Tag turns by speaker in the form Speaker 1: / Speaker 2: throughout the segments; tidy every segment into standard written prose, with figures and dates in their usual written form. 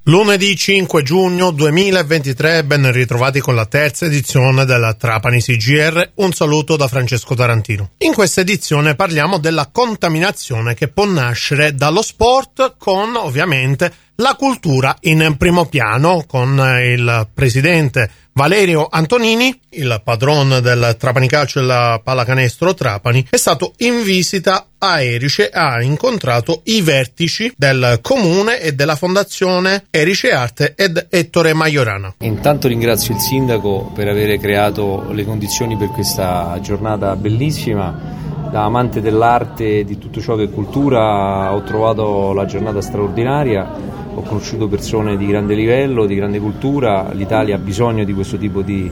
Speaker 1: Lunedì 5 giugno 2023, ben ritrovati con la terza edizione della Trapani CGR. Un saluto da Francesco Tarantino. In questa edizione parliamo della contaminazione che può nascere dallo sport, con ovviamente la cultura in primo piano, con il presidente Valerio Antonini, il padrone del Trapani Calcio e la Pallacanestro Trapani. È stato in visita a Erice e ha incontrato i vertici del comune e della fondazione Erice Arte ed Ettore Majorana.
Speaker 2: Intanto ringrazio il sindaco per aver creato le condizioni per questa giornata bellissima. Da amante dell'arte e di tutto ciò che è cultura ho trovato la giornata straordinaria. Ho conosciuto persone di grande livello, di grande cultura. L'Italia ha bisogno di questo tipo di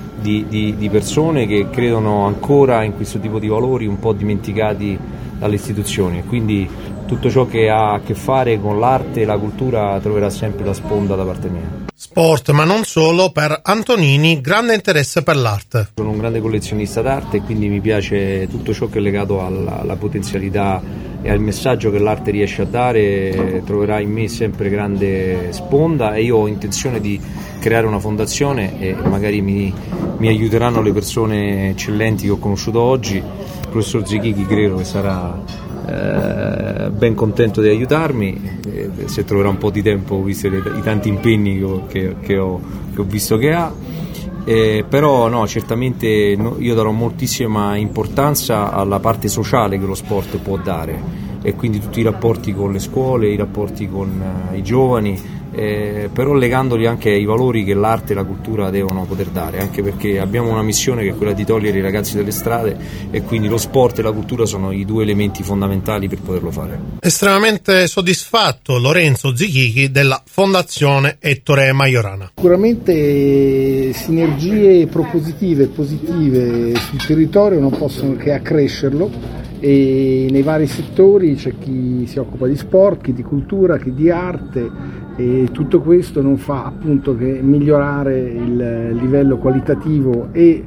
Speaker 2: persone che credono ancora in questo tipo di valori un po' dimenticati dalle istituzioni. Quindi tutto ciò che ha a che fare con l'arte e la cultura troverà sempre la sponda da parte mia.
Speaker 1: Sport, ma non solo. Per Antonini grande interesse per l'arte.
Speaker 2: Sono un grande collezionista d'arte e quindi mi piace tutto ciò che è legato alla potenzialità e al messaggio che l'arte riesce a dare. Troverà in me sempre grande sponda e io ho intenzione di creare una fondazione e magari mi aiuteranno le persone eccellenti che ho conosciuto oggi. Il professor Zichichi credo che sarà ben contento di aiutarmi, se troverà un po' di tempo visto i tanti impegni che ho visto che ha. Però no, certamente io darò moltissima importanza alla parte sociale che lo sport può dare e quindi tutti i rapporti con le scuole, i rapporti con i giovani, però legandoli anche ai valori che l'arte e la cultura devono poter dare, anche perché abbiamo una missione che è quella di togliere i ragazzi dalle strade e quindi lo sport e la cultura sono i due elementi fondamentali per poterlo fare.
Speaker 1: Estremamente soddisfatto Lorenzo Zichichi della Fondazione Ettore Majorana.
Speaker 3: Sicuramente sinergie propositive e positive sul territorio non possono che accrescerlo e nei vari settori c'è chi si occupa di sport, chi di cultura, chi di arte e tutto questo non fa appunto che migliorare il livello qualitativo e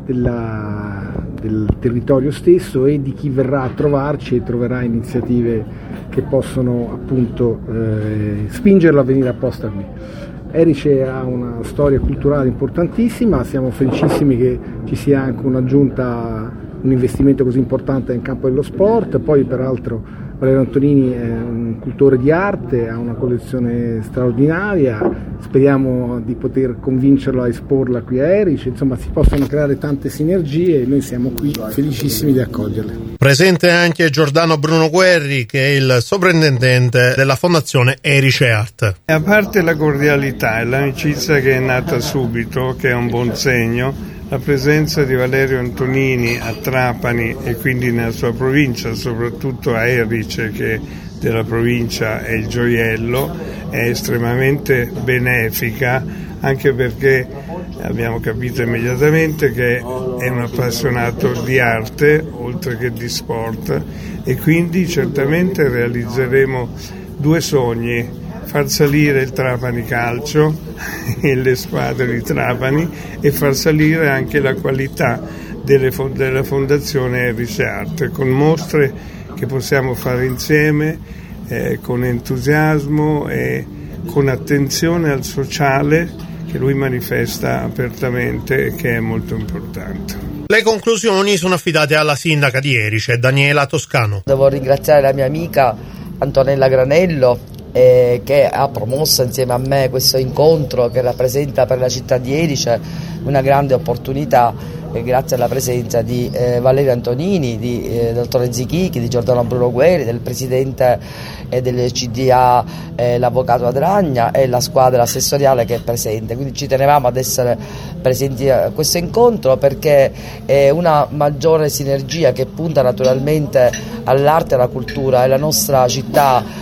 Speaker 3: del territorio stesso e di chi verrà a trovarci e troverà iniziative che possono appunto spingerlo a venire apposta qui. Erice ha una storia culturale importantissima, siamo felicissimi che ci sia anche un'aggiunta, un investimento così importante nel campo dello sport. Poi peraltro Valerio Antonini è un cultore di arte, ha una collezione straordinaria, speriamo di poter convincerlo a esporla qui a Erice, insomma si possono creare tante sinergie e noi siamo qui felicissimi di accoglierle.
Speaker 1: Presente anche Giordano Bruno Guerri, che è il sovrintendente della Fondazione Erice Arte.
Speaker 4: A parte la cordialità e l'amicizia che è nata subito, che è un buon segno, la presenza di Valerio Antonini a Trapani e quindi nella sua provincia, soprattutto a Erice, che della provincia è il gioiello, è estremamente benefica, anche perché abbiamo capito immediatamente che è un appassionato di arte oltre che di sport e quindi certamente realizzeremo due sogni: far salire il Trapani Calcio e le squadre di Trapani e far salire anche la qualità della Fondazione Erice Arte, con mostre che possiamo fare insieme, con entusiasmo e con attenzione al sociale che lui manifesta apertamente e che è molto importante.
Speaker 1: Le conclusioni sono affidate alla sindaca di Erice, Daniela Toscano.
Speaker 5: Devo ringraziare la mia amica Antonella Granello che ha promosso insieme a me questo incontro che rappresenta per la città di Erice una grande opportunità, grazie alla presenza di Valerio Antonini, di dottore Zichichi, di Giordano Bruno Guerri, del presidente del CDA, l'avvocato Adragna e la squadra assessoriale che è presente. Quindi ci tenevamo ad essere presenti a questo incontro perché è una maggiore sinergia che punta naturalmente all'arte e alla cultura e la nostra città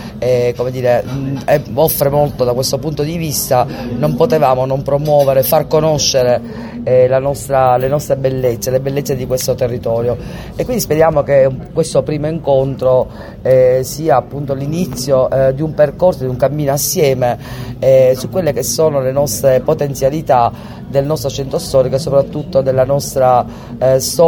Speaker 5: offre molto da questo punto di vista. Non potevamo non promuovere, far conoscere le nostre bellezze, le bellezze di questo territorio e quindi speriamo che questo primo incontro sia appunto l'inizio di un percorso, di un cammino assieme su quelle che sono le nostre potenzialità del nostro centro storico e soprattutto della nostra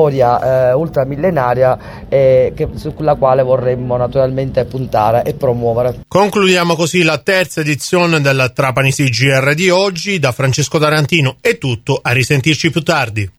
Speaker 5: storia ultramillenaria sulla quale vorremmo naturalmente puntare e promuovere promuovere.
Speaker 1: Concludiamo così la terza edizione del Trapani CGR di oggi. Da Francesco Tarantino è tutto, a risentirci più tardi.